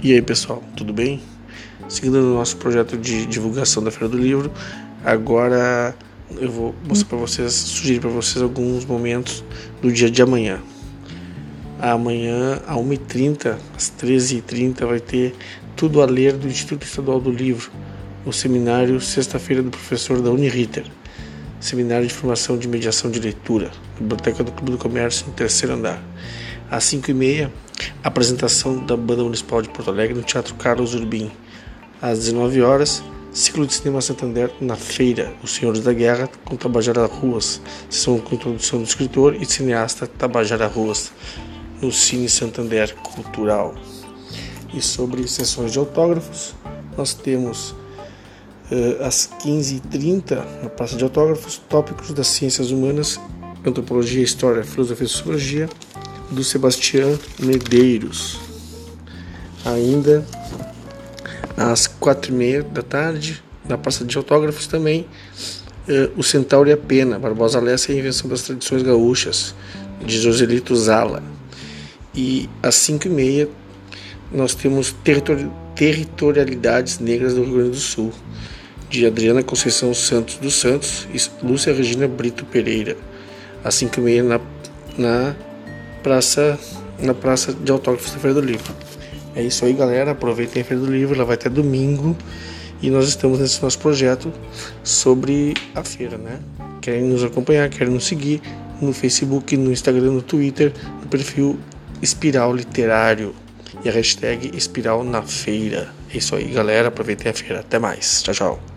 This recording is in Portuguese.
E aí pessoal, tudo bem? Seguindo o nosso projeto de divulgação da Feira do Livro, agora eu vou mostrar para vocês, sugerir para vocês alguns momentos do dia de amanhã. Amanhã, às 1h30, às 13h30, vai ter Tudo a Ler do Instituto Estadual do Livro, o seminário Sexta-feira do Professor da Uniriter, seminário de formação de mediação de leitura, Biblioteca do Clube do Comércio, no terceiro andar. Às 5h30, apresentação da Banda Municipal de Porto Alegre no Teatro Carlos Urbim. Às 19h, ciclo de cinema Santander na feira Os Senhores da Guerra com Tabajara Ruas, sessão com introdução do escritor e cineasta Tabajara Ruas, no Cine Santander Cultural. E sobre sessões de autógrafos, nós temos às 15h30, na Praça de Autógrafos, tópicos das ciências humanas, antropologia, história, filosofia e sociologia, do Sebastião Medeiros. Ainda às 4h30 da tarde, na Praça de Autógrafos também, o Centauro e a Pena, Barbosa Lessa e a Invenção das Tradições Gaúchas, de Joselito Zala. E às 5h30 nós temos Territorialidades Negras do Rio Grande do Sul, de Adriana Conceição Santos dos Santos e Lúcia Regina Brito Pereira. Às 5h30 na Praça de Autógrafos da Feira do Livro. É isso aí, galera, aproveitem a Feira do Livro, ela vai até domingo e nós estamos nesse nosso projeto sobre a feira, né? Querem nos acompanhar, querem nos seguir no Facebook, no Instagram, no Twitter, no perfil Espiral Literário e a hashtag Espiral na Feira. É isso aí, galera, aproveitem a feira. Até mais. Tchau, tchau.